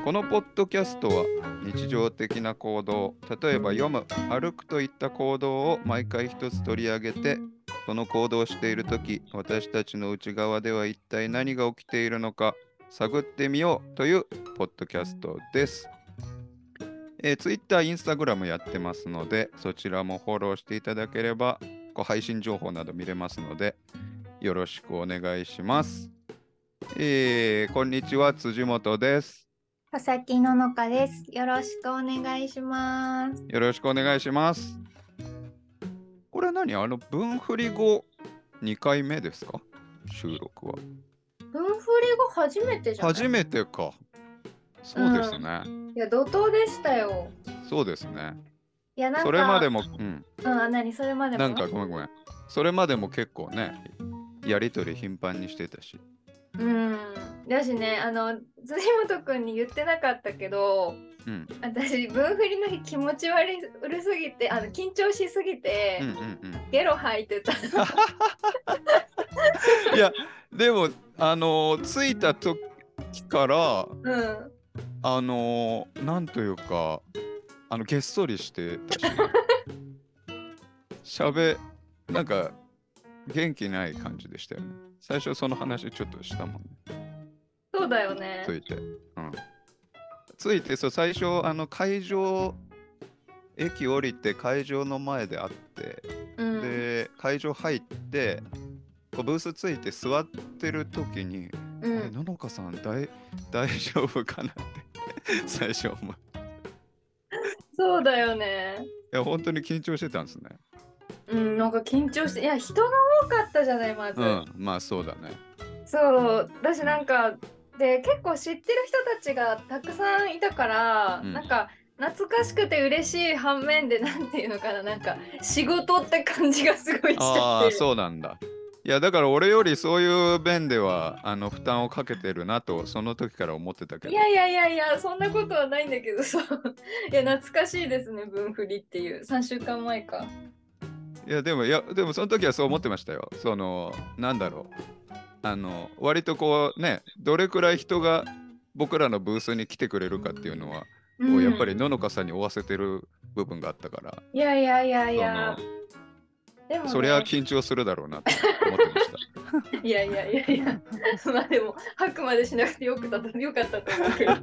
このポッドキャストは日常的な行動、例えば読む、歩くといった行動を毎回一つ取り上げて、その行動をしているとき、私たちの内側では一体何が起きているのか探ってみようというポッドキャストです。Twitter、Instagram やってますので、そちらもフォローしていただければ、配信情報など見れますので、よろしくお願いします。こんにちは、辻本です。 佐々木ののかです。よろしくお願いします。 よろしくお願いします。これ何分振り後2回目ですか？収録は。 分振り後初めてじゃない？ 初めてか。そうですね。 いや、怒涛でしたよ。 そうですね。 いや、なんか。 それまでも、 何それまでも。 なんかごめん。それまでも結構ね、やりとり頻繁にしてたし。 だしね、辻本くんに言ってなかったけど、私、分振りの日気持ち悪すぎて、緊張しすぎて、ゲロ吐いてた。 いや、でも、着いた時から、なんというか、げっそりしてたし、なんか、元気ない感じでしたよね。最初その話ちょっとしたもんね。 そうだよね。 ついて、そう、最初、会場、駅降りて会場の前で会って、で、会場入って、ブースついて座ってる時に、あれ、ののかさん大丈夫かなって最初思う。 そうだよね。 いや、本当に緊張してたんですね。 なんか緊張して、いや、人が多かったじゃない、まず。 まあそうだね。 そう、私なんか、で、結構知ってる人たちがたくさんいたから、なんか、懐かしくて嬉しい反面で、なんていうのかな、なんか、仕事って感じがすごいしちゃって。 ああ、そうなんだ。いや、だから俺よりそういう面では、負担をかけてるなと、その時から思ってたけど。 いや、そんなことはないんだけど、そう。いや、懐かしいですね、分振りっていう。3週間前か。 いや、でもその時はそう思ってましたよ。なんだろう。割とこうね、どれくらい人が僕らのブースに来てくれるかっていうのは、やっぱりののかさんに追わせてる部分があったから。 いや。 でもね、そりゃ緊張するだろうなと思ってました。 いや。まあでも、吐くまでしなくてよかったと思うけど。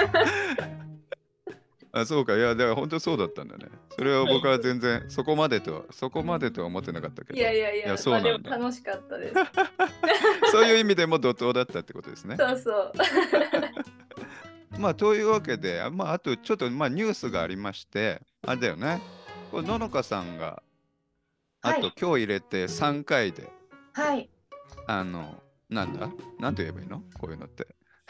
あ、そうか。いや、だから本当そうだったんだね。それは僕は全然、そこまでとは思ってなかったけど。 いや、 そうなんだ。 まあ、でも楽しかったです。 そういう意味でも怒涛だったってことですね。 そう。 まあ、というわけで、あとちょっと、ニュースがありまして、あれだよね。これ、ののかさんが、あと今日入れて3回で、 はい。 なんだなんて言えばいいのこういうのって。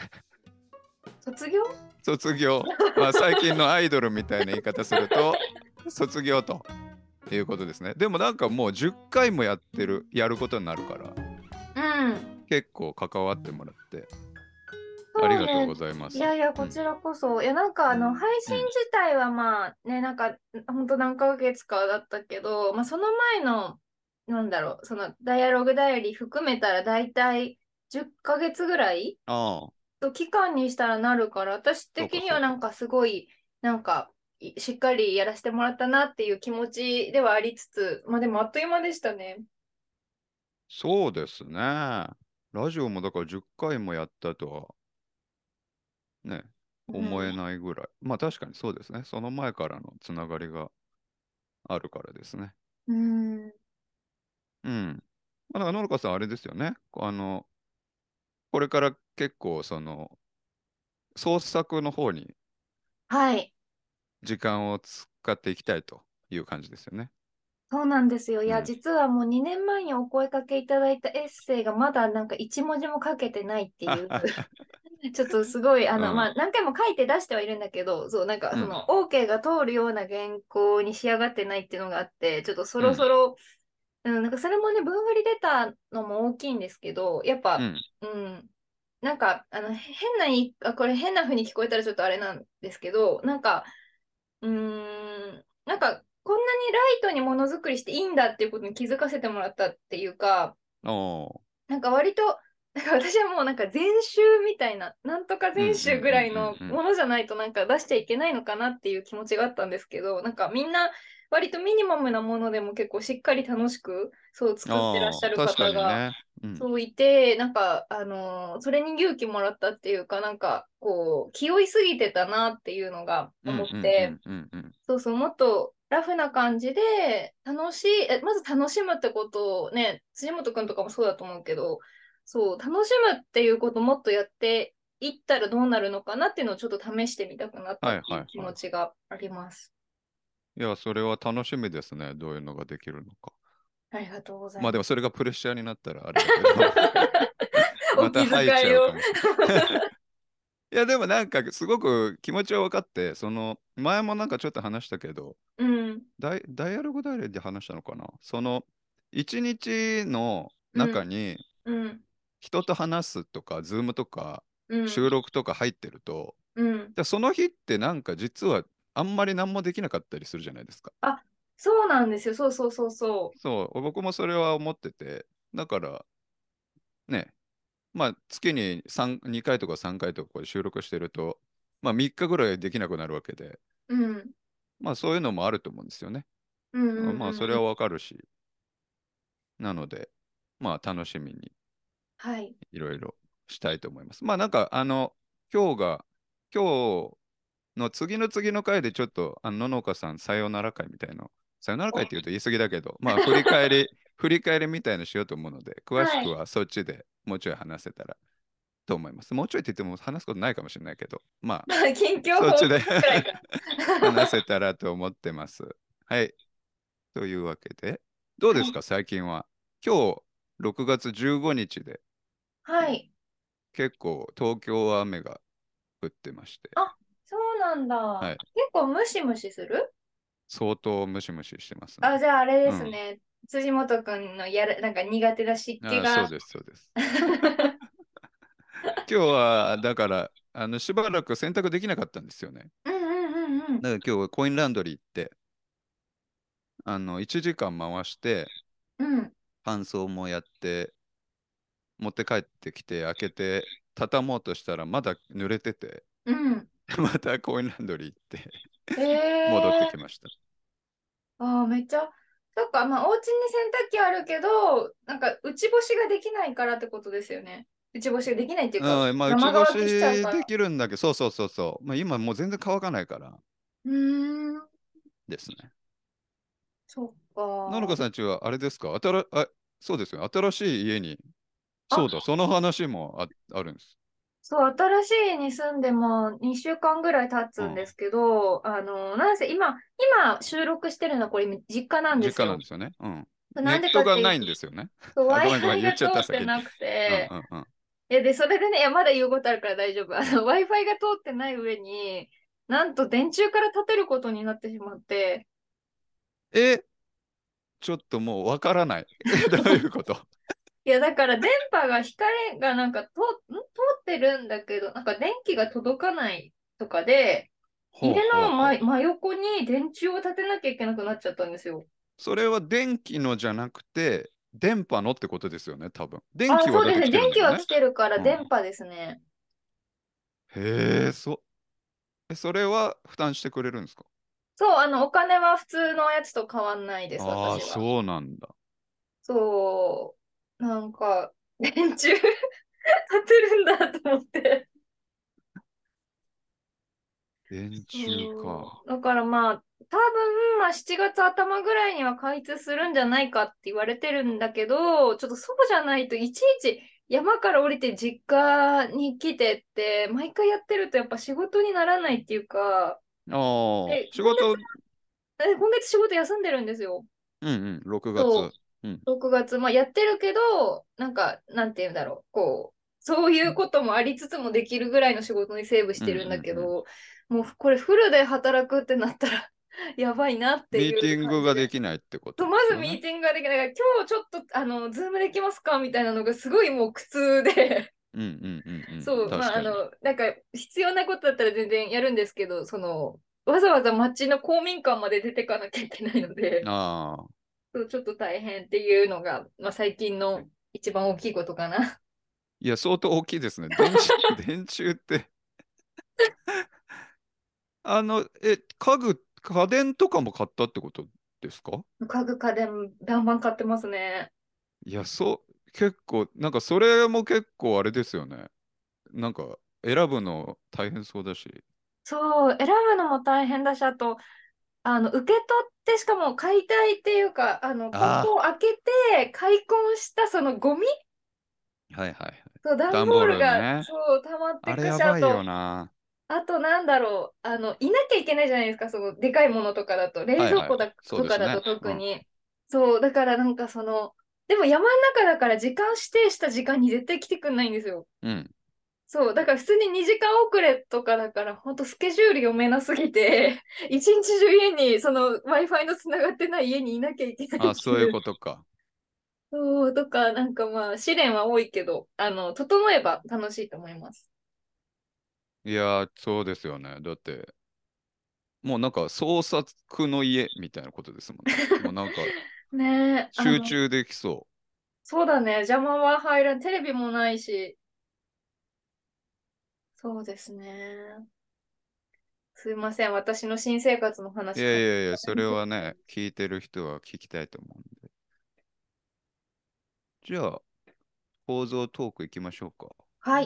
卒業まあ、最近のアイドルみたいな言い方すると、卒業ということですね。でもなんかもう10回もやることになるから、結構関わってもらって、ありがとうございます。 いや、こちらこそ。いや、なんか配信自体はまあね、なんか本当何ヶ月かだったけど、まあその前の、なんだろう、そのダイアログダイアリー含めたら大体10ヶ月ぐらいと期間にしたらなるから、私的にはなんかすごい、なんかしっかりやらせてもらったなっていう気持ちではありつつ、まあでもあっという間でしたね。 そうですね。ラジオもだから10回もやったとはね、思えないぐらい。まあ確かにそうですね。その前からのつながりがあるからですね。うん。だから、ののかさんあれですよね。これから結構、創作の方に時間を使っていきたいという感じですよね。 そうなんですよ。いや、実はもう2年前にお声かけいただいたエッセイがまだなんか1文字も書けてないっていうちょっとすごい、まあ、何回も書いて出してはいるんだけど、そう、なんかその、OK が通るような原稿に仕上がってないっていうのがあって、ちょっとそろそろ、なんかそれもね、文振り出たのも大きいんですけど、やっぱ、なんか、これ変な風に聞こえたらちょっとあれなんですけど、なんか、なんか、こんなにライトにものづくりしていいんだっていうことに気づかせてもらったっていうか、なんか割とだから私はもうなんか全集みたいな、なんとかうんうん全集ぐらいのうんうんものじゃないとなんか出しちゃいけないのかなっていう気持ちがあったんですけど、なんかみんな割とミニマムなものでも結構しっかり楽しくそううん。 作ってらっしゃるああ、確か方がにね。うん。 そういて、なんかそれに勇気もらったっていうか、なんかこう気負いすぎてたなっていうのが思うんって、 うんうんうんうん。 そうそう、もっとラフな感じで、楽しい、まず楽しむってことをね、辻本くんとかもそうだと思うけど、そう、楽しむっていうことをもっとやっていったらどうなるのかなっていうのをちょっと試してみたくなったはいっていう気はいはい。 持ちがあります。 いや、それは楽しみですね。どういうのができるのか。 ありがとうございます。 まあでもそれがプレッシャーになったらあれだけどまお気た吐いち遣いを。 ゃうかもしれないいや、でもなんかすごく気持ちは分かって、前もなんかちょっと話したけど、 うん、 ダイアログダイレで話したのかな一日のうん、 中にうん、 人と話すとか、ズームとか、 うん、 収録とか入ってると、 うん。 じゃあその日ってなんか実はあんまり何もできなかったりするじゃないですか。 あ、そうなんですよ。そうそうそうそそう、僕もそれは思ってて、だからね、まあ月に2回とか3回とかこう収録してると、まあ3日ぐらいできなくなるわけで、 う。うん、 まあそういうのもあると思うんですよね。 うん、うん、 まあそれはうん。 わかるし、なので、まあ楽しみにはい。 いろいろしたいと思います。まあなんか今日が、今日の次の次の回でちょっと、野々花さんさよなら会みたいな、さよなら会って言うと言い過ぎだけど、まあ振り返りみたいのしようと思うので、詳しはい。 くはそっちでもうちょい話せたらと思います。もうちょいって言っても話すことないかもしれないけど、まあ、 まあ、近況報告そっちでくらいか話せな。 たらと思ってます。はい。というわけで、どうはい。 ですか、最近は。今日、6月15日で、 はい。 結構東京は雨が降ってまして、 あ、そうなんだ。 はい。 結構ムシムシする。 相当ムシムシしてますね。 あ、じゃああれでうん。 すね。辻元くんのなんか苦手な湿気が。 そうです、そうです。今日は、だから、しばらく洗濯できなかったんですよね。 うんうんうんうん。 だから今日はコインランドリー行って、1時間回して、 うん。 乾燥もやって、持って帰ってきて、開けて、畳もうとしたら、まだ濡れてて、 うん。 またコインランドリー行ってえ戻ってー、 きました。 めっちゃ。そっか、まあ、お家に洗濯機あるけど、なんか、内干しができないからってことですよね。内干しができないっていうか、 うん、まあ、内生干乾きしちゃうしでから。 きるんだけど、そうそうそうそう。まあ、今もう全然乾かないからうーん、 ですね。 そっののかか。 さんちはあれですかそうですよ。新しい家に、そうだ、 あ、 その話もあるんです。 そう、新しい家に住んでも2週間ぐらい経うん。 つんですけど、なんせ今収録してるのはこれ実家なんで実すよ。 家なんですよね。うん。ネなんでかットがないっていうと、 んですよね。 そうあ、ごめんごめん、 Wi-Fi 言っちゃったが通って先に。 なくうんて、 うんうん。 で、それでね、いや、まだ言うことあるから大丈夫。Wi-Fi が通ってない上に、なんと電柱から立てることになってしまって、 え、ちょっともうわからない。どういうこと？ いや、だから電波が光がなんか通ってるんだけど、なんか電気が届かないとかで、家ほうほうほう。 の真横に電柱を立てなきゃいけなくなっちゃったんですよ。 それは電気のじゃなくて、電波のってことですよね、多分。電あ、 気はだって来そうですね。電気はてるんだよね。 来てるからうん。 電波ですね。 へえ、それは負担してくれるんですか？ そう、お金は普通のやつと変わんないです、 ああー、 私は。 そうなんだ。 そう、なんか、電柱立てるんだと思って。 電柱か。 そうだからまあ、多分、まあ7月頭ぐらいには開通するんじゃないかって言われてるんだけど、ちょっとそうじゃないといちいち山から降りて実家に来てって、毎回やってるとやっぱ仕事にならないっていうか、 ああ、 で、 仕事、 今月仕事休んでるんですよ。 うんうん、6 そう、 月。うん。 6月、まあやってるけど、なんか、なんて言うんだろう、こう、そういうこともありつつもできるぐらいの仕事にセーブしうんうてるんだけんうん。 ど、もうこれフルで働くってなったらやばいなってミーいうティングが感じで。 できないってことそうまですよね。 ずミーティングができないから、今日ちょっと、ズームできますかみたいなのがすごいもう苦痛でうんうんうんうん。 そう、まあ、 確かに。 なんか必要なことだったら全然やるんですけど、わざわざ町の公民館まで出てかなきゃいけないので、 ああ。 そうちょっと大変っていうのが、まあ、最近の一番大きいことかな。 いや、相当大きいですね。電柱って家電とかも買ったってことですか？ 家具家電バンバン買ってますね。 いや、結構、なんかそれも結構あれですよね。なんか選ぶの大変そうだし。 そう、選ぶのも大変だし、あと、受け取って、しかも解体っていうか、梱包あを開けて、開梱したそのゴミ、 あ、はいはいはい。 そう、段段ボーボールが、 ルね。 そう、溜まってあれくし、 やばいよな。 あとなんだろう、いなきゃいけないじゃないですか、その、でかいものとかだと、冷はいはい。 蔵庫そうですね。 とかだと特うん。 に。そう、だからなんかでも山の中だから時間指定した時間に絶対来てくんないんですよ。 うん。 そう、だから普通に2時間遅れとかだから、本当スケジュール読めなすぎて、一日中家に、Wi-Fi のつながってない家にいなきゃいけないあ、そういうっていう。 ことか。 そう、とか、なんかまあ、試練は多いけど、整えば楽しいと思います。 いやー、そうですよね。だって、もうなんか創作の家みたいなことですもんね。もうなんかねえ、 集中できそそうだね、邪魔は入らん、テレビもないし、そうですね。すいません、私の新生活のう。い話から。 やいやいや、それはね、聞いてる人は聞きたいと思うんで。じゃあ、構造トークいきましょうか。 はい。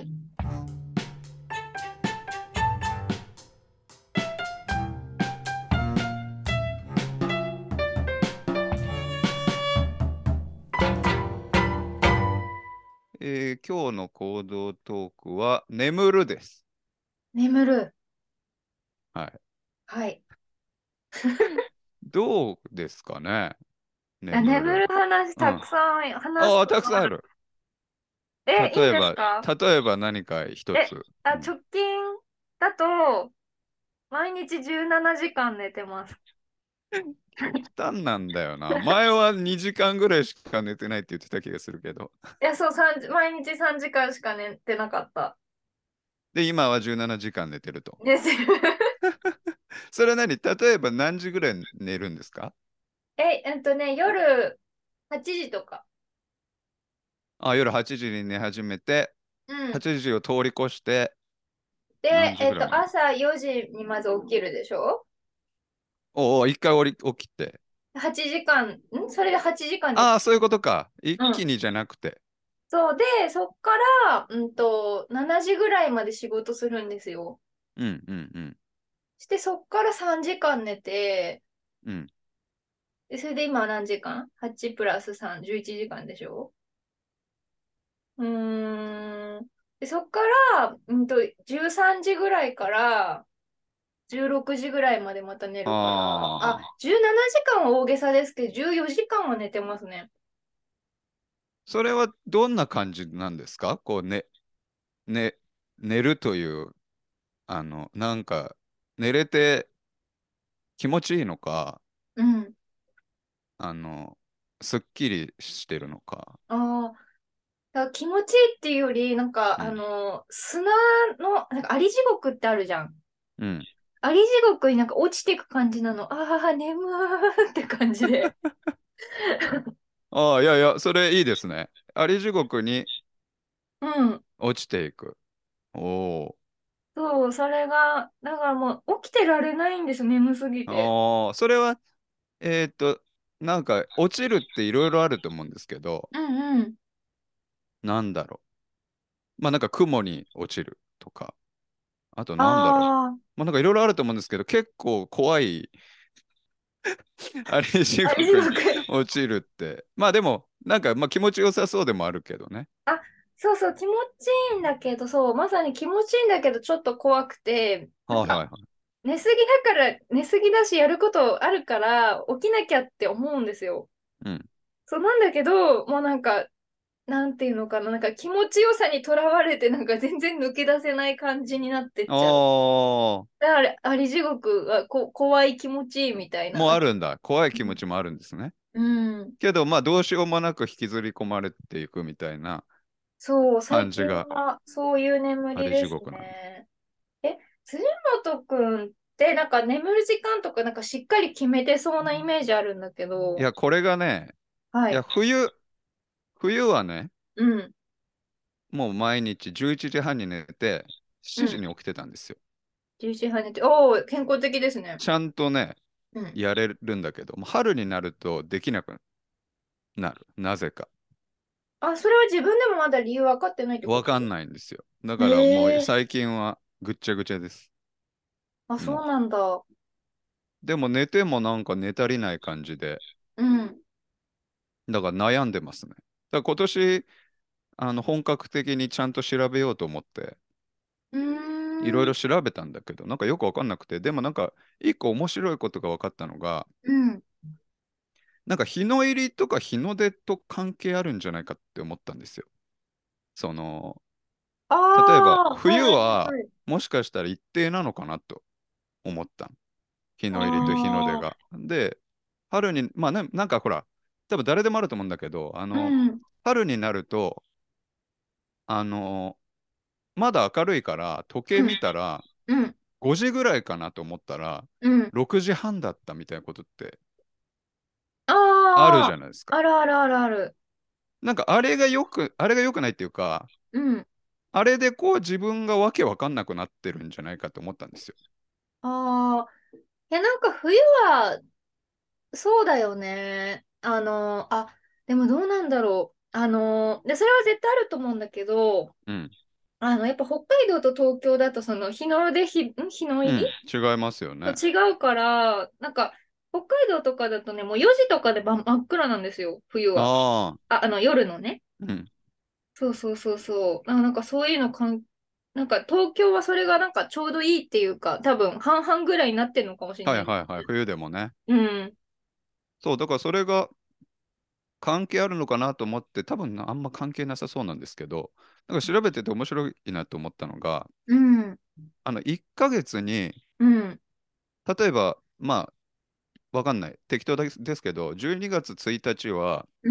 今日の行動トークは、眠るです。 眠る。 はい。 はい。 どうですかね、眠る。 眠る話うん。 たくさん話すああ、 ことある。 たくさんある。 いいです例えば、 か？ 例えば何か一え、 つ。うん。 直近だと、毎日17時間寝てます。 極端なんだよな。前は2時間ぐらいしか寝てないって言ってた気がするけど。 いや、そう、毎日3時間しか寝てなかった。 で、今は17時間寝てると。 寝てる。 それは何？例えば何時ぐらい寝るんですか？ 夜8時とか。 あ、夜8時に寝始めて、 うん。 8時を通り越して何で、 時ぐらいまで？ 朝4時にまず起きるでしょ？ おお、一回起きて。 8 時間、それで8時間寝て。 ああ、そういうことか。一うん。 気にじゃなくて。 そうで、そっから、7時ぐらいまで仕事するんですよ。 うんうんうん。 して、そっから3時間寝て、 うん。 で、それで今は何時間？ 8 プラス3、11時間でしょ？で、そっから、13時ぐらいから16時ぐらいまでまた寝るから、 ああ。 17時間は大げさですけど、14時間は寝てますね。 それはどんな感じなんですか？こうね、寝るという、なんか、寝れて気持ちいいのか、 うん。 あの、すっきりしてるのか。 ああ、だから気持ちいいっていうより、なんか、 うん。 砂なんか、あり地獄ってあるじゃん。 うん。 あり地獄になんか落ちていく感じなの。ああ、眠ーって感じで。 ああ、いやいや、それいいですね。あり地獄にうん。 落ちていく。おそう、それが、だからもう起きてられないんですよ、眠すぎて。 お。それは、えーっと、なんか、落ちるっていろいろあると思うんですけど、 うんうん。 なんだろう。まあ、なんか雲に落ちるとか、あとなんだろう。 あまあ、なんかいろいろあると思うんですけど、結構怖い、あり地あ、あり地獄に獄。 落ちるって。まあでも、なんかまあ気持ちよさそうでもあるけどね。 あ、そうそう、気持ちいいんだけど、そう、まさに気持ちいいんだけど、ちょっと怖くて、なんか、 はいはいはい。 寝すぎだから、寝すぎだし、やることあるから、起きなきゃって思うんですよ。 うん。 そうなんだけど、もうなんか、なんていうのかな、なんか気持ちよさにとらわれて、なんか全然抜け出せない感じになってっちゃう。 ああ、 だから、あり地獄が怖い気持ちいいみたいもうな。 あるんだ。怖い気持ちもあるんですね。 うん。 けど、まあどうしようもなく引きずり込まれていくみたいなそう、最近感じがはそういう眠ありりです地獄なんだ。 ね。辻本くんってなんか眠る時間とかなんかしっかり決めてそうなイメージあるんだけど、 いや、これがね、いや、 はい。 冬はね、 うん。 もう毎日11時半に寝て、7時うん。 に起きてたんですよ。 11時半寝て、おお、健康的ですね。 ちゃんとね、 うん。 やれるんだけど、もう春になるとできなくなる。なぜか。 あ、それは自分でもまだ理由分かってないってこと？ わかんないんですよ。だへからもうえ。 最近はぐっちゃぐちゃです。 あ、そうもなんだ。 う。でも寝てもなんか寝足りない感じで、 うん。 だから悩んでますね。だから今年、本格的にちゃんと調べようと思って、 ういろいーん。 ろ調べたんだけど、なんかよくわかんなくて、でもなんか一個面白いことが分かったのが、 うん。 なんか日の入りとか日の出と関係あるんじゃないかって思ったんですよ。その、 あ例えばあ、はい冬はいはいははい。 もしかしたら一定なのかなと思ったの。日の入りと日の出ああ、 が。で、春に、まあね、なんかほら、多分誰でもあると思うんだけど、 うん。 春になると、あの、まだ明るいから時計うん。 見たらうん。 5時ぐらいかなと思ったらうん。 6時半だったみたいなことってあるじああ、 ゃないですか。 あるあるあるある。 なんかあれが良くないっていうか、 うん。 あれでこう自分がわけわかんなくなってるんじゃないかと思ったんですよ。 ああ、いや、なんか冬は、そうだよね。でもどうなんだろう。で、それは絶対あると思うんだけど、 うん。 やっぱ北海道と東京だと、その日の出、日の入りうん。違いますよね。 と違うから、なんか、北海道とかだとね、もう4時とかで真っ暗なんですよ、冬は。 ああ、 夜のね。 うん。 そうそうそうそう。なんかそういうのなんか東京はそれがなんかちょうどいいっていうか、多分半々ぐらいになってるのかもしれない。 はいはいはい。冬でもね。 うん。 そう、だからそれが関係あるのかなと思って、多分あんま関係なさそうなんですけど、なんか調べてて面白いなと思ったのが、 うん。 1ヶ月に、 うん。 例えば、まあ、わかんない。適当ですけど、12月1日は、 うん。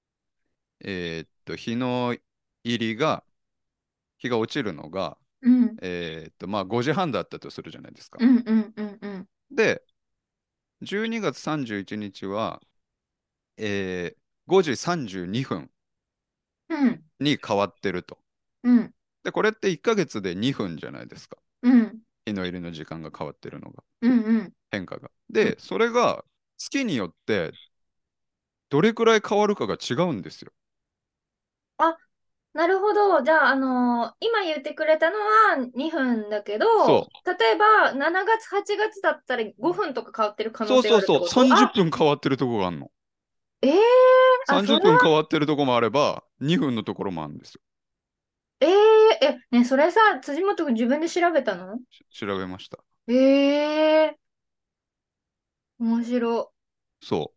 日の入りが、日が落ちるのが、 うん。 まあ5時半だったとするじゃないですか。 うん。うん。うん。うん。 で、12月31日は、5時32分うん。 に変わってると。 うん。 で、これって1ヶ月で2分じゃないですか。 うん。 日の入りの時間が変わってるのが、 うん。うん。 変化が。で、それが月によってどれくらい変わるかが違うんですよ。 あ、なるほど。じゃあ、今言ってくれたのは2分だけど、 そう。 例えば7月、8月だったら5分とか変わってる可能性があそうそうそう。 るってこと？ 30分変わってるとこがあるの。 ええそ 30 れは、 分変わってるとこもあれば、2分のところもあるんですよ。 ね、それさ、辻本君自分で調べたの？ 調べました。 ええ面白。 そう。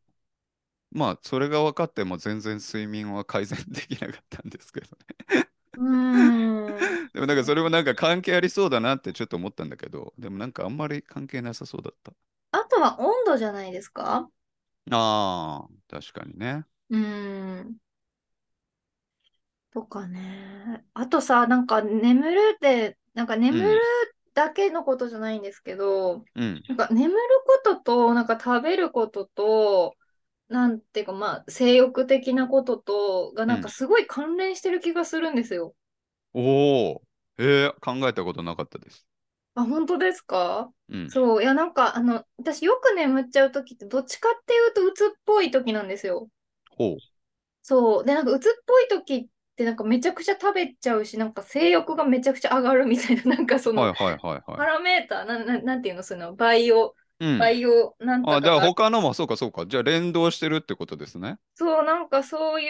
まあ、それが分かっても全然睡眠は改善できなかったんですけどね。 うーん。 でもなんかそれもなんか関係ありそうだなってちょっと思ったんだけど、でもなんかあんまり関係なさそうだった。 あとは温度じゃないですか？ ああ、確かにね。 うーん。とかね。あとさ、なんか眠るって、なんか眠るうん、 だけのことじゃないんですけど、 うん、 なんか眠ることと、なんか食べることと、なんていうかまあ、性欲的なことと、がなんかうん。 すごい関連してる気がするんですよ。 おお、考えたことなかったです。 あ、本当ですか？ うん。 そう。いや、なんか、私よく眠っちゃうときって、どっちかっていうと、鬱っぽいときなんですよ。 ほう。 そう。で、なんか、鬱っぽいときって、なんか、めちゃくちゃ食べちゃうし、なんか、性欲がめちゃくちゃ上がるみたいな、なんか、その、 はいはいはいはい。 パラメーター、なんていうの、その、 うん。 バイオ、なんとあ、じゃあかがある。 他のもそうかそうか。じゃあ連動してるってことですね。 そう、なんか、そういう、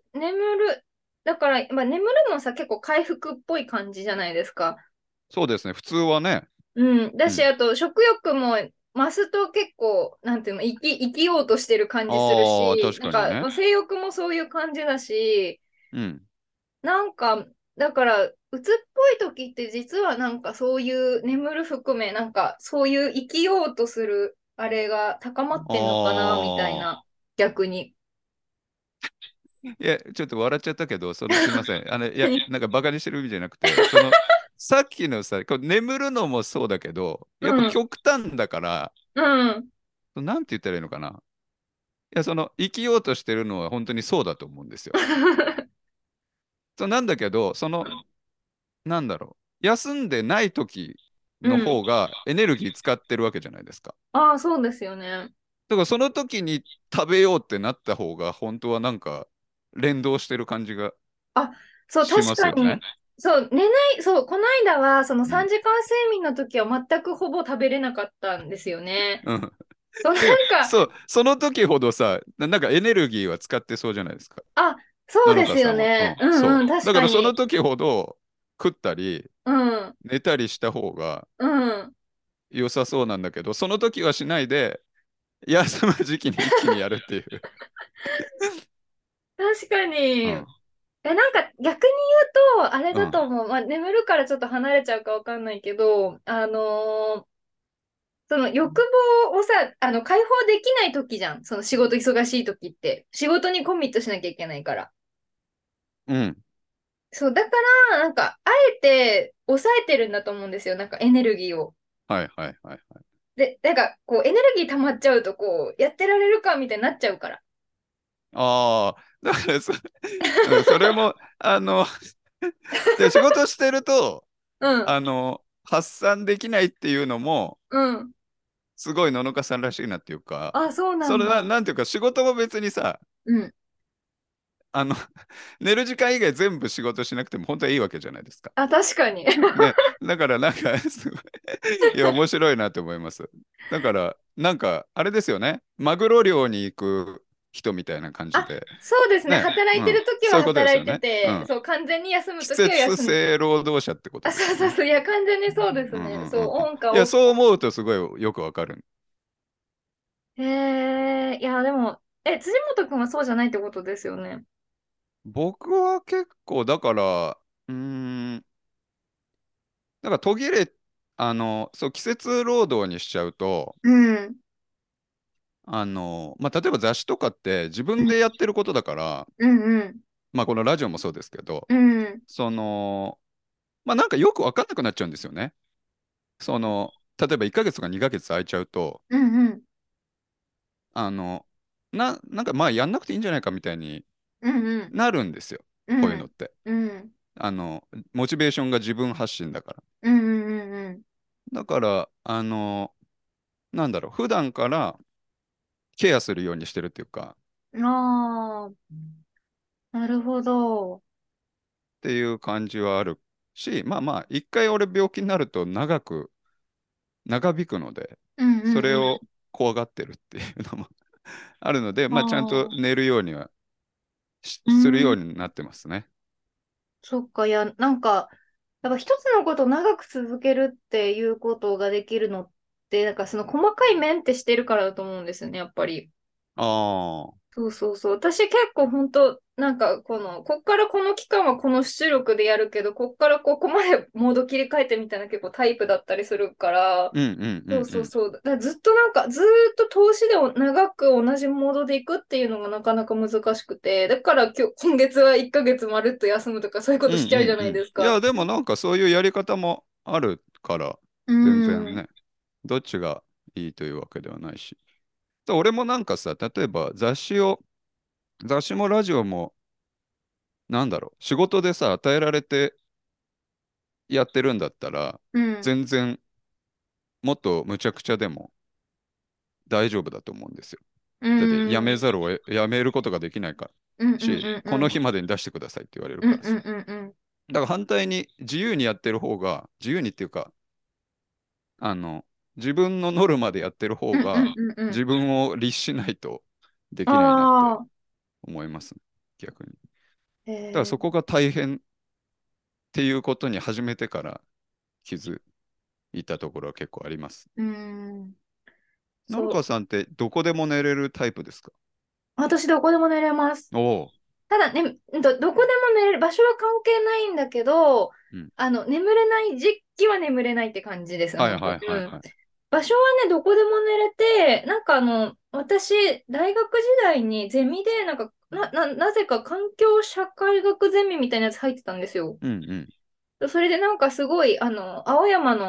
だから、まあ、眠るもさ、結構回復っぽい感じじゃないですか。 そうですね。普通はね。 うん。だし、 うん。 あと、食欲も増すと結構、なんていうの、生きようとしてる感じするああ、 し、なんか、 確かにね。 まあ性欲もそういう感じだし、 うん。 なんか、だから、鬱っぽい時って実はなんかそういう眠る含め、なんかそういう生きようとするあれが高まってんのかな、みたいああ。 な、逆に。 いや、ちょっと笑っちゃったけど、すいません。いや、 何？ なんかバカにしてる意味じゃなくて、さっきのさ、こう眠るのもそうだけど、やっぱうん、 極端だから、 うん。 なんて言ったらいいのかな。いや、生きようとしてるのは本当にそうだと思うんですよ。 そうなんだけど、なんだろう、休んでない時のうん。 方がエネルギー使ってるわけじゃないですか。 ああ、そうですよね。 だからその時に食べようってなった方が、本当はなんか連動してる感じがあ、そう、 し確かに。 ますよね。 そう、寝ない、そう、この間は、その3 うん。 時間睡眠の時は全くほぼ食べれなかったんですよね。 うん。 そう、なてか、 んか、 そう、その時ほどさ、なんかエネルギーは使ってそうじゃないですか。 あ、そうですののかさんは。うよね。 ん、 うんうん、 そう。だからその確かに。 時ほど食ったりうん、 寝たりした方がうん。 良さそうなんだけど、その時はしないで、休む時期に一気にやるっていう。 確かに。 うん。 なんか逆に言うと、あれうん。 だと思う。まあ、眠るからちょっと離れちゃうかわかんないけど、その欲望をさ、解放できない時じゃん。その仕事忙しい時って。仕事にコミットしなきゃいけないから。 うん。 そう、だから、なんか、あえて抑えてるんだと思うんですよ。なんかエネルギーを。 はいはいはい。 で、なんか、こう、エネルギー溜まっちゃうと、こう、やってられるかみたいになっちゃうから。 ああ、だからうん、それも、で、仕事してると、 うん、 発散できないっていうのも、 うん。 すごい野々花さんらしいなっていうか、 あ、そうなんだ。 なんていうか、仕事も別にさ、 うん。 あの、寝る時間以外全部仕事しなくても本当はいいわけじゃないですか。 あ、確かに。 ね。だからなんかすごいいや、面白いなって思います。だから、なんか、あれですよね。マグロ漁に行く人みたいな感じあ、 で。 そうですね。 ね。 働いてうん。 るときはそういうことです働いよね。うてて、 ん。 そう、完全に休む季ときは休む。 節性労働者ってことあ、 ですよね。 そうそうそう。いや、完全にそうですうんうね。そう、 んうんうん。 オンかいや、 オフか。 そう思うとすごいよくわかる。 いや、でも、辻本くんはそうじゃないってことですよね。 僕は結構、だから、だから途切れ、そう、季節労働にしちゃうと、 うん。 まあ、例えば雑誌とかって自うん、 分でやってることだから、 うん、うん。 まあ、このラジオもそうですけど、 うん、 その、まあ、なんかよくわかんなくなっちゃうんですよね。例えば1ヶ月とか2ヶ月空いちゃうと、 うん、うん。 あの、なんかまあやんなくていいんじゃないかみたいにうん、うん。 なるんですよ。 うん、 こういうのって。 うん、うん、 あの、モチベーションが自分発信だから。 うん、うん。 だから、なんだろう、普段からケアするようにしてるっていうか、 ああ、なるほど。 っていう感じはあるし、まあまあ、一回俺病気になると長引くので、 うん、うん、うん。 それを怖がってるっていうのもあるので、 あまあちゃんとあ、 寝るようにはうするようん。 になってますね。 そっか、いや、なんか、やっぱ一つのことを長く続けるっていうことができるのって、なんかその細かい面ってしてるからだと思うんですよね、やっぱり。 ああ、 そうそうそう。私結構本当なんかこっからこの期間はこの出力でやるけど、こっからここまでモード切り替えてみたいな結構タイプだったりするから、 うんうんうそうんうん。 そうそう。だからずっとなんか、ずーっと投資で長く同じモードでいくっていうのがなかなか難しくて、だから今月は1ヶ月まるっと休むとかそういうこうんとしちゃうじゃうんうん。 ないですか。 いや、でもなんかそういうやり方もあるから、 う全然ーん。 ね、どっちがいいというわけではないし。俺もなんかさ、例えば雑誌もラジオも、なんだろう、仕事でさ、与えられてやってるんだったら、 うん。 全然もっとむちゃくちゃでも大丈夫だと思うんですよ。 うだってーん。 やめることができないからうんうんし、 うんうん。 この日までに出してくださいって言われるからさ。 うんうんうんうん。 だから反対に自由にやってる方が、自由にっていうか、あの、自分のノルマでやってる方うんうんが、 うんうん。 自分を律しないとできないなってああ。 思いますね、逆に。だへからそこえ。 が大変っていうことに始めてから気づいたところは結構あります。 うーん。 ののそう。 かさんってどこでも寝れるタイプですか？ 私どこでも寝れます。 おおただね、どこでも寝れる、場所は関係ないんだけど、 ー。うん。 眠れない時期は眠れないって感じです、本当。 はいはいはいうん。 はい。 場所はね、どこでも寝れて、なんか私、大学時代にゼミで、なんか、なぜか環境社会学ゼミみたいなやつ入ってたんですよ。 うんうん。 それでなんかすごい、青山の、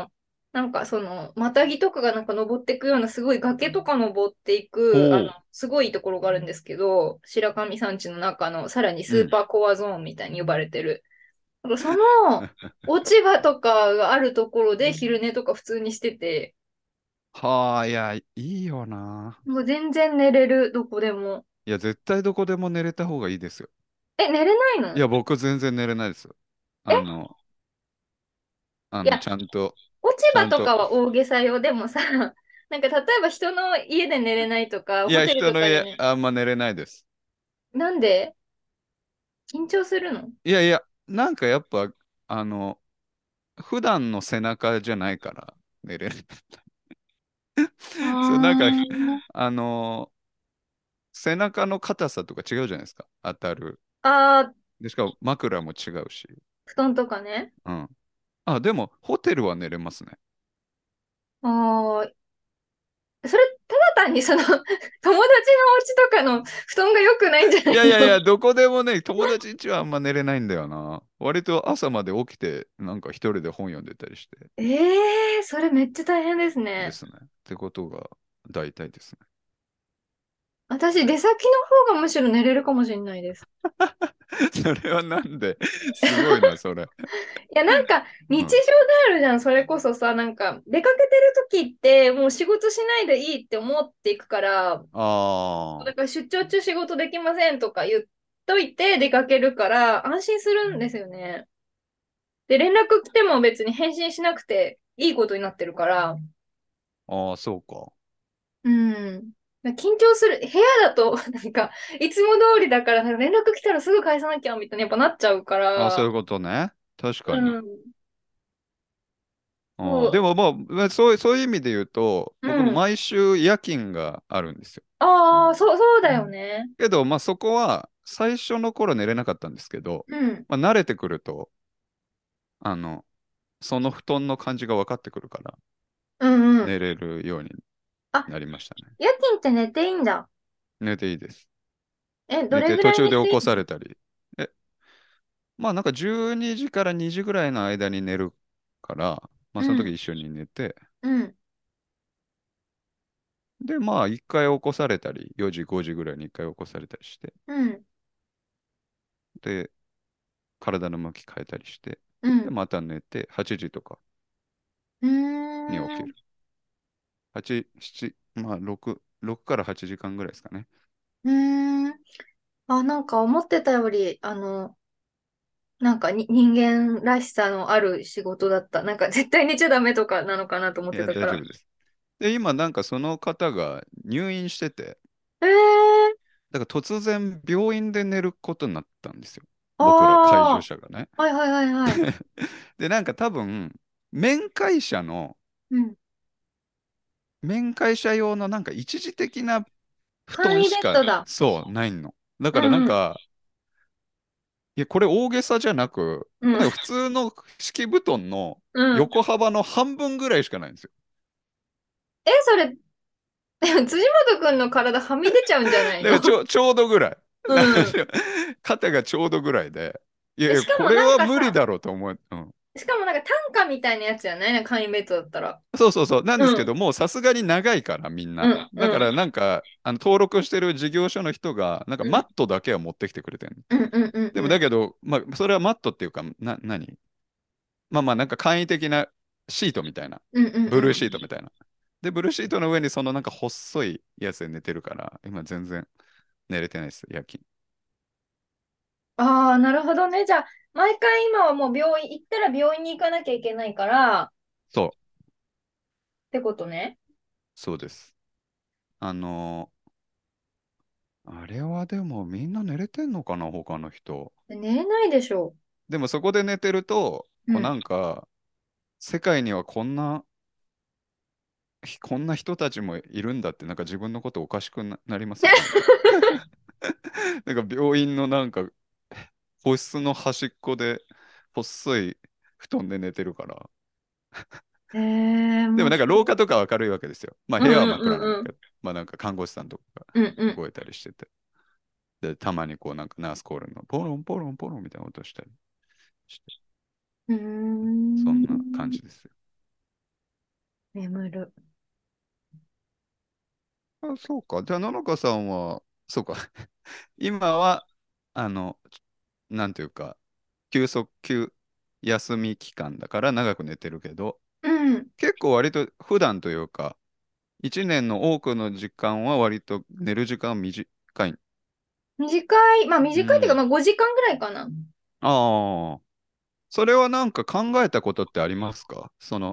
なんかその、マタギとかがなんか登っていくようなすごい崖とか登っていく、 おお。 すごいところがあるんですけど、白神山地の中のさらにスうん。 ーパーコアゾーンみたいに呼ばれてる。なんかその落ち葉とかがあるところで昼寝とか普通にしてて、 はあ、いや、いいよな。 もう全然寝れる、どこでも。 いや、絶対どこでも寝れた方がいいですよ。 え、寝れないの？ いや、僕全然寝れないですよ。 え、 あの、 いや、 ちゃんと、 落ち葉とちゃんと、 かは大げさよ。でもさ、なんか例えば人の家で寝れないとか、 いや、 ホテル人の家、 とかでね、 あんま寝れないです。 なんで緊張するの？ いやいや、なんかやっぱ、あの、普段の背中じゃないから寝れない。 あそう、なんか、 ーあの、背中の硬さとか違うじゃないですか。当たる。 あー、 で、しかも枕も違うし。 布団とかね。 うん。あ、でも、ホテルは寝れますね。 ああ、それ、ただ単にその友達のお家とかの布団が良くないんじゃないの？ いやいやいや、どこでもね、友達ん家はあんま寝れないんだよな。割と朝まで起きて、なんか一人で本読んでたりして。 それめっちゃ大変ですね。 ですね。ってことが大体ですね。 私、出先の方がむしろ寝れるかもしれないです。 それはなんで、すごいな、それ。 いや、なんか、日常でうん。 あるじゃん。それこそさ、なんか、出かけてる時って、もう仕事しないでいいって思っていくから、 あだから出張中仕事できませんとか言っといて出かけるから、安心するんですよね。で、連絡来ても別に返信しなくていいことになってるから、 あ、ああ、そうか。 うん。緊張する。部屋だと、なんか、いつも通りだから、なんか連絡来たらすぐ返さなきゃみたいな、やっぱなっちゃうかああ、そういら、 うことね。確かに。 うん。 ああ、でそう、 もまあ、そういう意味で言うと、 うん。 僕毎週夜勤があるんですよ。 ああ、そうだよね。 けど、まあそこは最初の頃寝れなかったんですけど、 うん。 まあ慣れてくると、あの、その布団の感じが分かってくるから、 うんうん。 寝れるようにあ、 なりましたね。 夜勤って寝ていいんだ。 寝ていいです。 え、ど寝てれぐらい途中で起こ寝ていいの？ されたり。え、まあなんか12時から2時ぐらいの間に寝るから、まあその時うん。 一緒に寝て、 うん。 でまあ一回起こされたり、4時、5時ぐらいに一回起こされたりして、 うん。 で、体の向き変えたりして、で、 うん。 また寝て、8時とかうーに起きる。 ん。 8、7、まあ6から8時間ぐらいですかね。 うーん。あ、なんか思ってたより、なんか人間らしさのある仕事だった。なんか絶対寝ちゃダメとかなのかなと思っいや、 てたから。 大丈夫です。で、今なんかその方が入院してて、 えー、 だから突然病院で寝ることになったんですよ。僕ら介助あ者がね。 あ、はいはいはいはい。 で、なんか多分、面会者の、 うん。 面会者用のなんか一時的な布簡易ベ団しか、 ッドだ。 そう、ないの。だからなんうんうん。 か、いや、これ大げさじゃなく、 うん。 なんか普通の敷布団のうん。 横幅の半分ぐらいしかないんですよ。 それ、辻本くんの体はみ出ちゃうんじゃないの？ だからちょうどぐらい。 うん。 肩がちょうどぐらいで、いやいで、 や、 しかもこれはなんかさ、 無理だろうと思う。うん。 しかもなんか単価みたいなやつじゃないな、簡易ベッドだったら。 そうそうそう。なんですけど、 うん。 もうさすがに長いからみんな。 うん。うん。 だからなんか、登録してる事業所の人が、なんかうん。 マットだけは持ってきてくれてる。 うん。うん。うん。 でもうん。 だけど、まあ、それはマットっていうか、何まあまあ、なんか簡易的なシートみたいな。 うん。うん。 ブルーうん。 シートみたいな。で、ブルーシートの上にそのなんか細いやつで寝てるから、今全然寝れてないです、夜勤。 ああ、なるほどね。じゃあ、毎回今はもう病院、行ったら病院に行かなきゃいけないから、っそう、 てことね。 そうです。あのあれはでもみんな寝れてんのかな、他の人。 寝れないでしょでもそこで寝てると、 う。うん。 なんか、世界にはこんな人たちもいるんだって、なんか自分のことおかしくなりますよ。なんか、なんか病院のなんか、個室の端っこで、細い布団で寝てるから。でもなんか面白い。 廊下とかは明るいわけですよ。まあうんうん部屋は真っ暗なんうんうん。 だけど、まあなんか看護師さんとかがうんうん。 動いたりしてて。で、たまにこうなんかナースコールのポロンポロンポロンみたいな音したりして、 うーそんな感ん。 じですよ。 眠る。 あ、そうか。じゃあ、ののかさんは、そうか。今は、あの、なんていうか、休休み期間だから長く寝てるけど、 うん。 結構割と普段というか、一年の多くの時間は割と寝る時間は短い。 短い、まあ短いっていうか、 うん。 まあ5時間ぐらいかな。 ああ、それはなんか考えたことってありますか？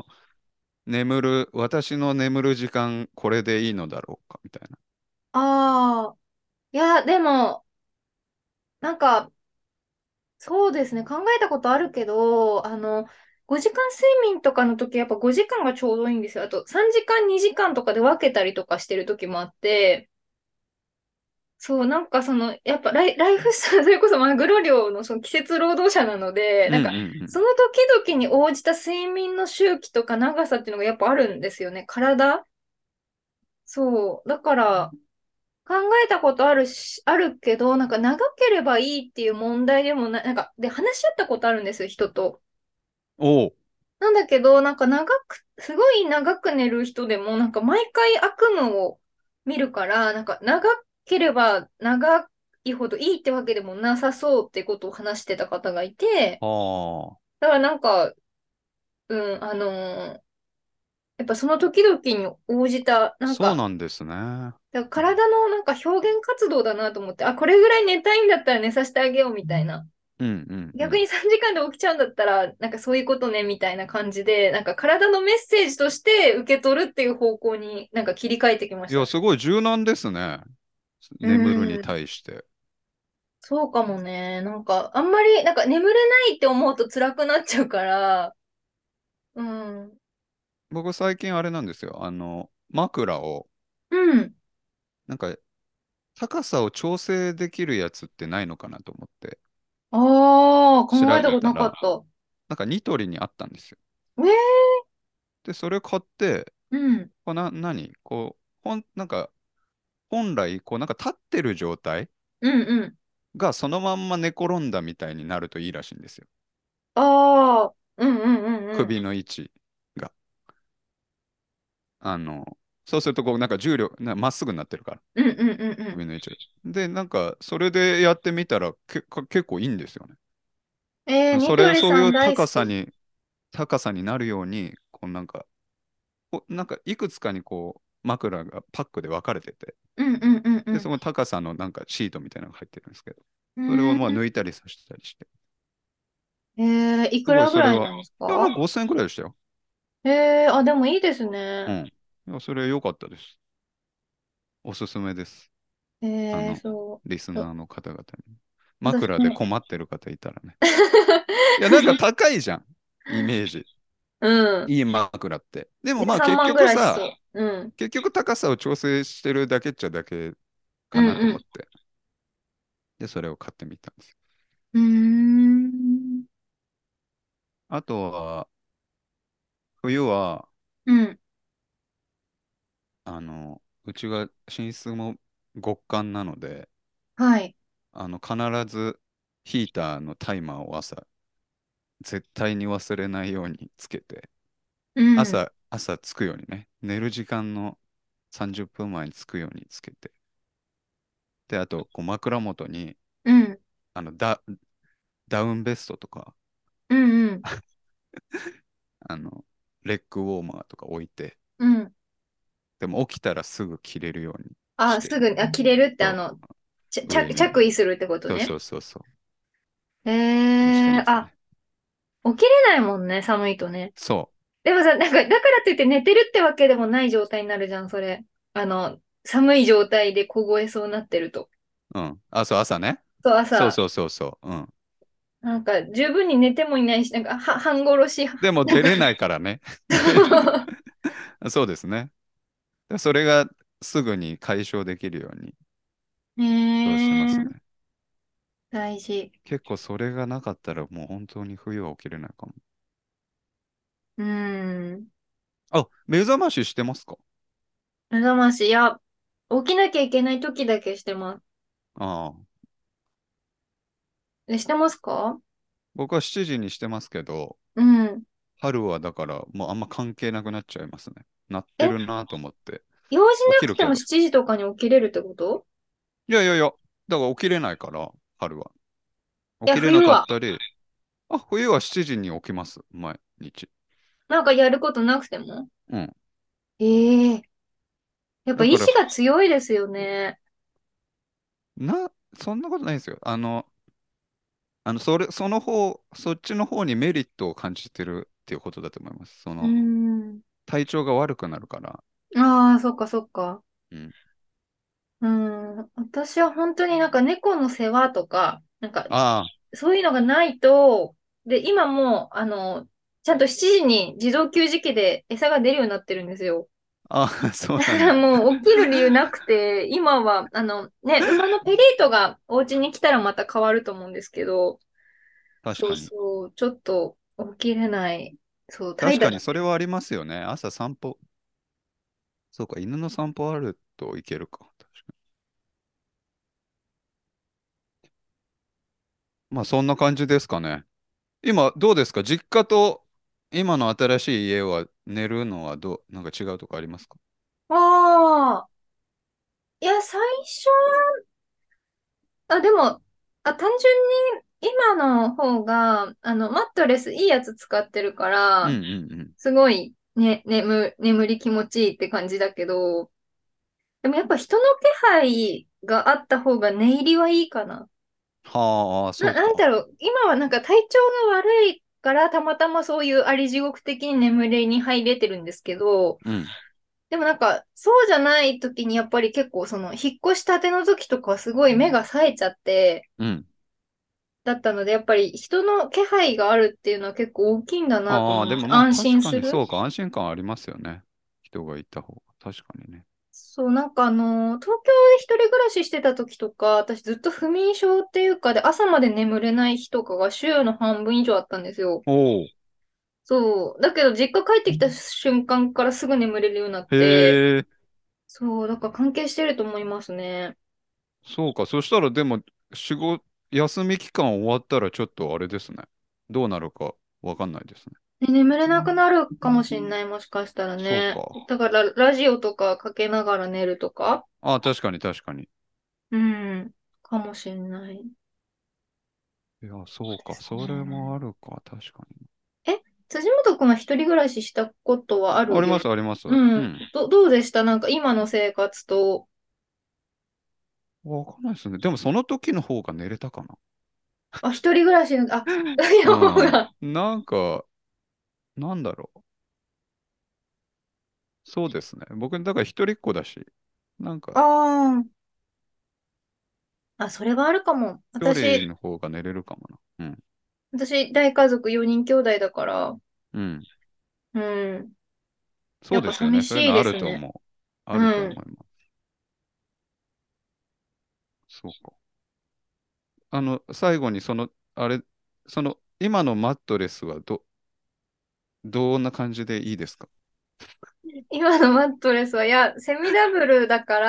私の眠る時間これでいいのだろうかみたいな。 ああ、いや、でも、なんか、そうですね、考えたことあるけど、5時間睡眠とかの時、やっぱ5時間がちょうどいいんですよ。あと、3時間、2時間とかで分けたりとかしてる時もあって、そう、やっぱライフスタイル、それこそマグロ漁のその季節労働者なので、 うんうんその時々に応じた睡眠の周期とか長さっていうのがやっぱあるんですよね。そう。だから、考えたことあるけど、長ければいいっていう問題でもない、で、話し合ったことあるんですよ、人と。 おう。 なんだけど、すごい長く寝る人でも、毎回悪夢を見るから、長ければ長いほどいいってわけでもなさそうってことを話してた方がいて、 ああ、 だからうん、やっぱその時々に応じた、 そうなんですね。 だから体の表現活動だなと思って、あ、これぐらい寝たいんだったら寝させてあげようみたいな。 うんうんうん。 逆に3時間で起きちゃうんだったら、そういうことねみたいな感じで、体のメッセージとして受け取るっていう方向に切り替えてきまいや、 したね。 すごい柔軟ですね。 う眠るにん、 対して。 そうかもね。あんまり、眠れないって思うと辛くなっちゃうから、うん、 僕最近あれなんですよ。枕を、 うん。 なんか高さを調整できるやつってないのかなと思ってああ、 調考えたことなかっべたら、 た。 なんかニトリにあったんですよ。 ええで、それ買って、 うん、 何こう、なんか、本来、なんか立ってる状態うん、うん。 がそのまんま寝転んだみたいになるといいらしいんですよ。 ああ、うん、うん、うん、うん。 首の位置が。あの、そうすると、なんか重力、まっすぐになってるから、 うん、うん、うん、うん。 首の位置が。で、なんか、それでやってみたら、結構いいんですよね。 ニトリさんそういう大好き。 高さになるように、なんかいくつかに枕がパックで分かれてて、 うん、うん、うん、うで、そん。 の高さのなんかシートみたいなのが入ってるんですけど、 うそれをーん。 まあ抜いたりさせたりして、 いすごいくらぐそれが、 らいなんですいや、まあか？ 5000円くらいでしたよ。 あ、でもいいですね。 うん。いや、それ良かったです。おすすめです。 そう。 リスナーの方々に。枕で私ね。 困ってる方いたらね。いや、なんか高いじゃん。イメージ。 うん。 いい枕って。でもいや、 まあ 3 結万ぐらいしそ局さ、 う。うん。 結局高さを調整してるだけっちゃだけかなとうん、 思って。で、それを買ってみたんです。 うん。うーん。 あとは、冬は、 うん。 うちが寝室も極寒なので、 はい。 必ずヒーターのタイマーを朝、絶対に忘れないようにつけて、 うん。 朝つくようにね、寝る時間の30分前につくようにつけて、で、あと、枕元に、 うん。 あの、ダ、ダウンベストとか、 うん。うん。 あの、レッグウォーマーとか置いて、 うん。 でも起きたらすぐ着れるようにしあ、 て、 すぐに、あ、着れるってそ着上に、 衣するってことそうね。 そうそうそえう、にしてますあ、 ね。 起きれないもんね、寒いとね。 そでもさ、だからといって寝てるってわけでもない状態になるじゃん、それ。寒い状態で凍えそうになってると。 う。うん。あ、そう、朝ね。 そう、朝、 そうそうそうそう。うん。 十分に寝てもいないし、半殺し、 でもなんか出れないからね。そうですね。それがすぐに解消できるように、そうしてますねえ、 ね。 大事。 結構それがなかったらもう本当に冬は起きれないかも。 うん。 あ、目覚まししてますか？ 目覚まし、いや、起きなきゃいけない時だけしてます。 ああ。 してますか？ 僕は7時にしてますけど、 うん。 春はだからもうあんま関係なくなっちゃいますね。なってえ、 るなと思って。 用事なくても起きるけど。 7時とかに起きれるってこと？ いやいやいや、だから起きれないから、春は。起いや、 きれな冬は。 かったり、あ、冬は7時に起きます、毎日。 なんかやることなくても。 うん。 ええ、やっぱだから、 意志が強いですよね。 そんなことないですよ。そっちの方にメリットを感じてるっていうことだと思います。 うーん。 体調が悪くなるから。 ああ、そっかそっか。 うん。 うん。私は本当になんか猫の世話とか、なんかあそういうのがないと、で、今もう、ちゃんと7時に自動給餌器で餌が出るようになってるんですよ。 そうだかなんだ。 らもう起きる理由なくて、今は、ね、馬のペリートがお家に来たらまた変わると思うんですけど、そう確かに。 そう、ちょっと起きれない。そう、怠惰だ。 確かにそれはありますよね。朝散歩。そうか、犬の散歩あるといけるか。確かに。まあそんな感じですかね。今どうですか実家と今の新しい家は寝るのはなんか違うとかありますか？ ああ、いや、最初、でも、単純に今の方が、マットレスいいやつ使ってるかうんうら、 んすごい、ね、眠り気持ちいいって感じだけど、でもやっぱ人の気配があった方が寝入りはいいかな。 はあ、そうか。 なんだろう、今はなんか体調が悪いからたまたまそういうあり地獄的に眠りに入れてるんですけど、 うん。 でもなんかそうじゃない時にやっぱり結構その引っ越したての時とかはすごい目が冴えちゃって、 うん。 だったのでやっぱり人の気配があるっていうのは結構大きいんだなとああ、 思う。 でもまあ安確か心する。 にそうか。安心感ありますよね。人がいた方が。確かにね。 そう、なんか東京で一人暮らししてた時とか、私ずっと不眠症っていうかで朝まで眠れない日とかが週の半分以上あったんですよ。 おお。 そう。だけど、実家帰ってきた瞬間からすぐ眠れるようになって、 へえ。 そう、だから関係してると思いますね。 そうか。そしたらでも休み期間終わったらちょっとあれですね。どうなるかわかんないですね。 で、眠れなくなるかもしんない、もしかしたらね。 そうか。 だから、ラジオとかかけながら寝るとか、 ああ、確かに確かに。 うん、かもしんない。 いや、そうか。 ですそれもね。 あるか。確かに。 え、辻本くんは一人暮らししたことはあるよね？ あります、あります。 うん。 うん。 どうでしたなんか今の生活と。 わかんないですね。でもその時の方が寝れたかな。 あ、一人暮らしの、時の方うん。 が。 なんか、なんだろう。そうですね。僕、だから一人っ子だし、なんか、 あそれはあるかも。 一人私、 の方が寝れるかもな。うん。 私、大家族4人兄弟だから、 うん。 うん。やっぱそうですよね。そういう寂しいのあですね。 ると思う。あうると思ん。 います。そうか。最後に今のマットレスはどんな感じでいいですか？ 今のマットレスは、いや、セミダブルだから、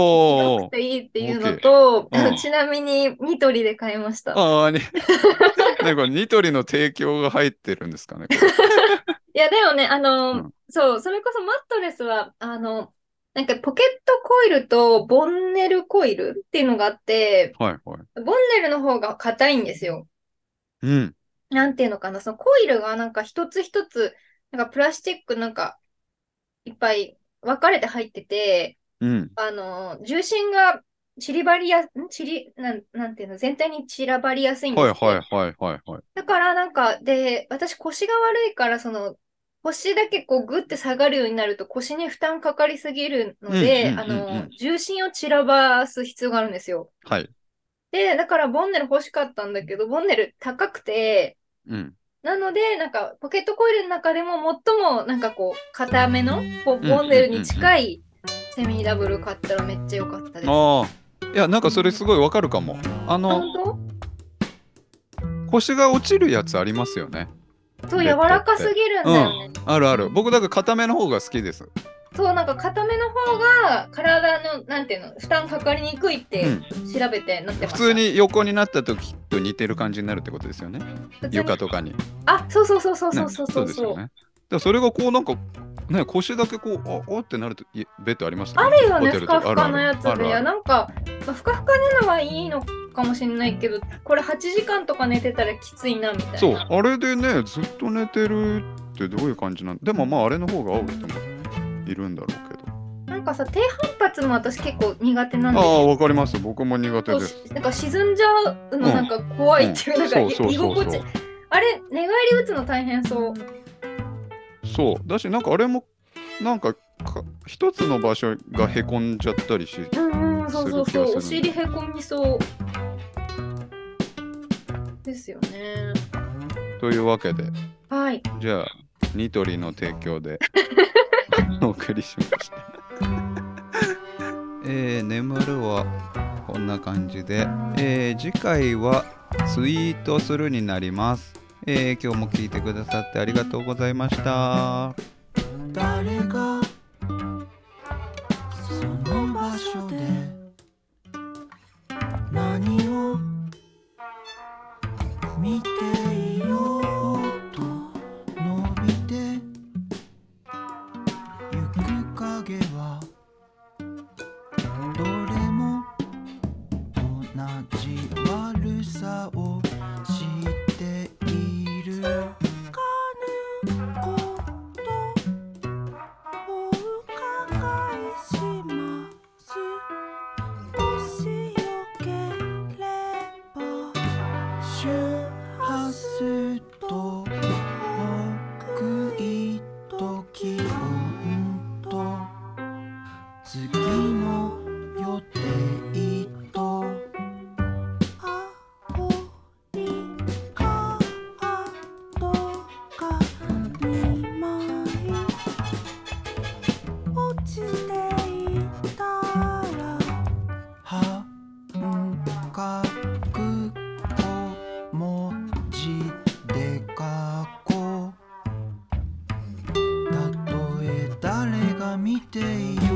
広くおーていいっていうの OK。 と、 うん。 ちなみにニトリで買いました。 ああ、なんかニトリの提供が入ってるんですかね、これ。 いや、でもね、 うん。 そう、それこそマットレスは、なんかポケットコイルとボンネルコイルっていうのがあって、 はいはい。 ボンネルの方が硬いんですよ。 うん。 なんていうのかな、そのコイルがなんか一つ一つ、なんかプラスチックなんかいっぱい分かれて入ってて、 うん。 重心が散りばりや、ん散り、なんていうの、全体に散らばりやすいんではいすって。 はいはいはいはい。 だからなんか、で、私腰が悪いから、腰だけこうグッて下がるようになると腰に負担かかりすぎるうんうんので、 うんうん。 重心を散らばす必要があるんですよ。 はい。 で、だからボンネル欲しかったんだけど、ボンネル高くて、 うん。 なので、なんか、ポケットコイルの中でも最も、なんかこう、硬めの、こう、 うんうんボンネルにうん近いセミダブル買ったらめっちゃ良かったうん。 です。 ああ。いや、なんかそれすごいわかるかも。 本当？ 腰が落ちるやつありますよね。 そう、柔ベッドらかすって。 ぎるんうん。 だよね。 あるある。僕だから固めの方が好きです。 そう、なんか固めの方が体の、なんていうの、負担かかりにくいって調べてなってました。 普通に横になった時と似てる感じになるってことですよね。床とかに。 あ、そうそうそうそうそうそうそうですよね。だからそれがこうなんかね、腰だけこうおってなるとベッドありますあるよね、ふホテルとかふかのやつで。いや、なんか、まあ、ふかふかなのはいいのかもしれないけど、これ8時間とか寝てたらきついなみたいな。 そう、あれでね、ずっと寝てるってどういう感じなんでもまああれの方が合う人もいるんだろうけど。 なんかさ、低反発も私結構苦手なんで。 ああ、わかります。僕も苦手です。 なんか沈んじゃうのなんか怖いっていう、なんか居心地。あれ、寝返り打つの大変そう。 そう。だし、なんかあれも、なんか一つの場所がへこんじゃったりし、 そうそうそう、お尻へこみそう。ですよね。 というわけで、 はい。 じゃあ、ニトリの提供でお送りしました。眠るはこんな感じで、次回はツイートするになります。今日も聞いてくださってありがとうございました。誰がその場所で何を見ていようと伸びてゆく影はどれも同じ悪さをしている。次の予定と青にカードが2枚落ちていたら半角小文字で書こう。たとえ誰が見ていよう